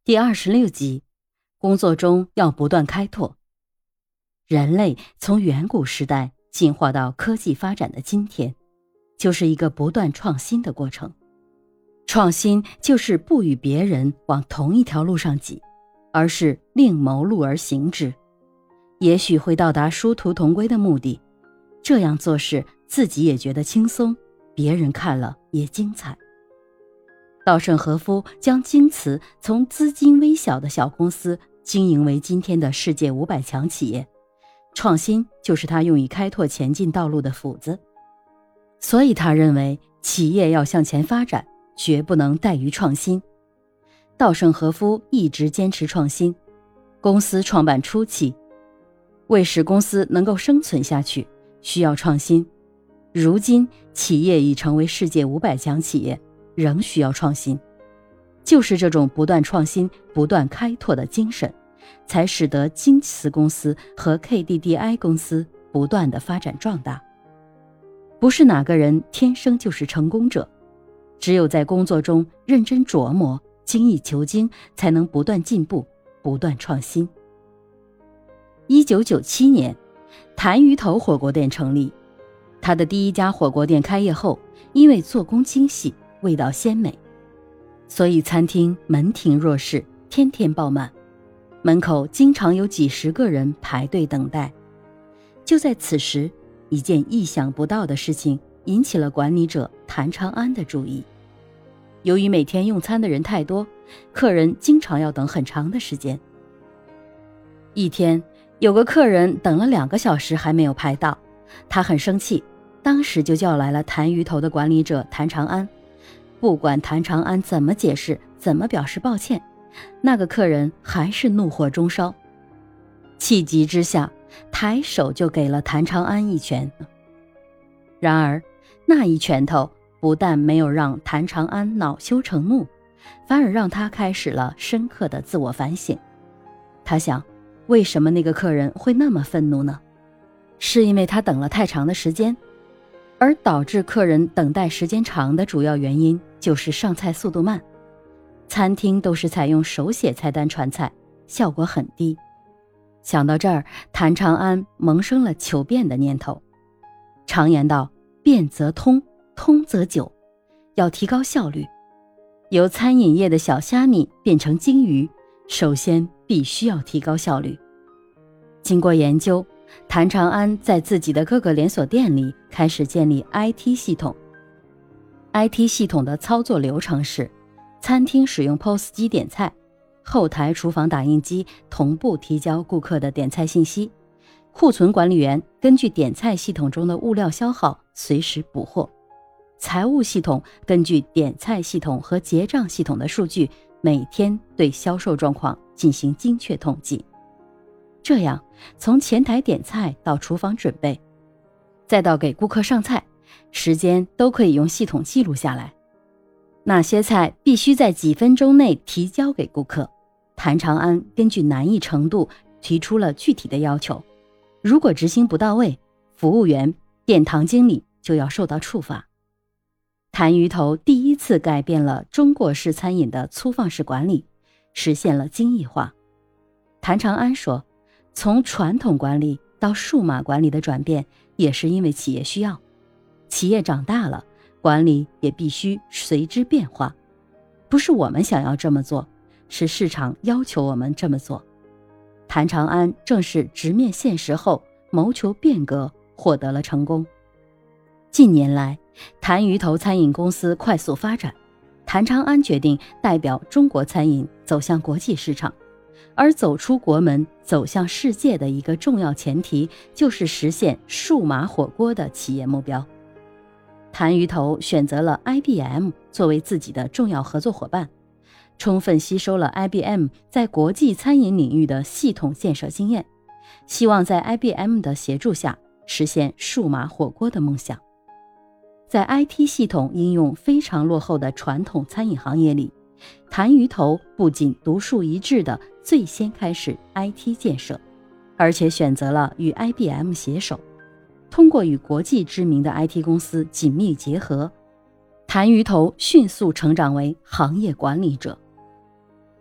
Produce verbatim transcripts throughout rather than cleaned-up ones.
第二十六集，工作中要不断开拓。人类从远古时代进化到科技发展的今天，就是一个不断创新的过程。创新就是不与别人往同一条路上挤，而是另谋路而行之。也许会到达殊途同归的目的，这样做事自己也觉得轻松，别人看了也精彩。稻盛和夫将京瓷从资金微小的小公司经营为今天的世界五百强企业，创新就是他用以开拓前进道路的斧子。所以他认为企业要向前发展，绝不能怠于创新。稻盛和夫一直坚持创新。公司创办初期，为使公司能够生存下去，需要创新。如今企业已成为世界五百强企业，仍需要创新。就是这种不断创新、不断开拓的精神，才使得京瓷公司和 K D D I 公司不断地发展壮大。不是哪个人天生就是成功者，只有在工作中认真琢磨、精益求精，才能不断进步、不断创新。一九九七年，谭鱼头火锅店成立。他的第一家火锅店开业后，因为做工精细、味道鲜美，所以餐厅门庭若市，天天爆满，门口经常有几十个人排队等待。就在此时，一件意想不到的事情引起了管理者谭长安的注意。由于每天用餐的人太多，客人经常要等很长的时间。一天，有个客人等了两个小时还没有排到，他很生气，当时就叫来了谭鱼头的管理者谭长安。不管谭长安怎么解释，怎么表示抱歉，那个客人还是怒火中烧。气急之下，抬手就给了谭长安一拳。然而那一拳头不但没有让谭长安恼羞成怒，反而让他开始了深刻的自我反省。他想，为什么那个客人会那么愤怒呢？是因为他等了太长的时间，而导致客人等待时间长的主要原因就是上菜速度慢。餐厅都是采用手写菜单传菜，效果很低。想到这儿，谭长安萌生了求变的念头。常言道，变则通，通则久，要提高效率。由餐饮业的小虾米变成鲸鱼，首先必须要提高效率。经过研究，谭长安在自己的各个连锁店里开始建立 I T 系统。I T 系统的操作流程是，餐厅使用 P O S 机点菜，后台厨房打印机同步提交顾客的点菜信息，库存管理员根据点菜系统中的物料消耗随时补货，财务系统根据点菜系统和结账系统的数据，每天对销售状况进行精确统计。这样，从前台点菜到厨房准备，再到给顾客上菜，时间都可以用系统记录下来。哪些菜必须在几分钟内提交给顾客，谭长安根据难易程度提出了具体的要求。如果执行不到位，服务员、店堂经理就要受到处罚。谭鱼头第一次改变了中国式餐饮的粗放式管理，实现了精益化。谭长安说，从传统管理到数码管理的转变，也是因为企业需要。企业长大了，管理也必须随之变化。不是我们想要这么做，是市场要求我们这么做。谭长安正是直面现实后，谋求变革，获得了成功。近年来，谭鱼头餐饮公司快速发展，谭长安决定代表中国餐饮走向国际市场。而走出国门，走向世界的一个重要前提，就是实现数码火锅的企业目标。谭鱼头选择了 I B M 作为自己的重要合作伙伴，充分吸收了 I B M 在国际餐饮领域的系统建设经验，希望在 I B M 的协助下实现数码火锅的梦想。在 I T 系统应用非常落后的传统餐饮行业里，谭鱼头不仅独树一帜地最先开始 I T 建设，而且选择了与 I B M 携手，通过与国际知名的 I T 公司紧密结合，谭鱼头迅速成长为行业管理者。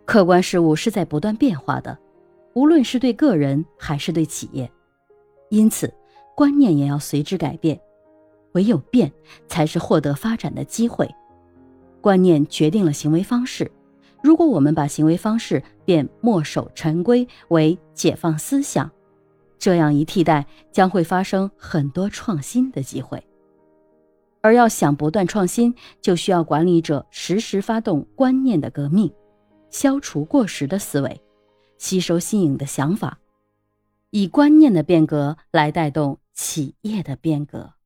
客观事物是在不断变化的，无论是对个人还是对企业，因此观念也要随之改变，唯有变才是获得发展的机会。观念决定了行为方式，如果我们把行为方式变墨守成规为解放思想，这样一替代，将会发生很多创新的机会。而要想不断创新，就需要管理者时时发动观念的革命，消除过时的思维，吸收新颖的想法，以观念的变革来带动企业的变革。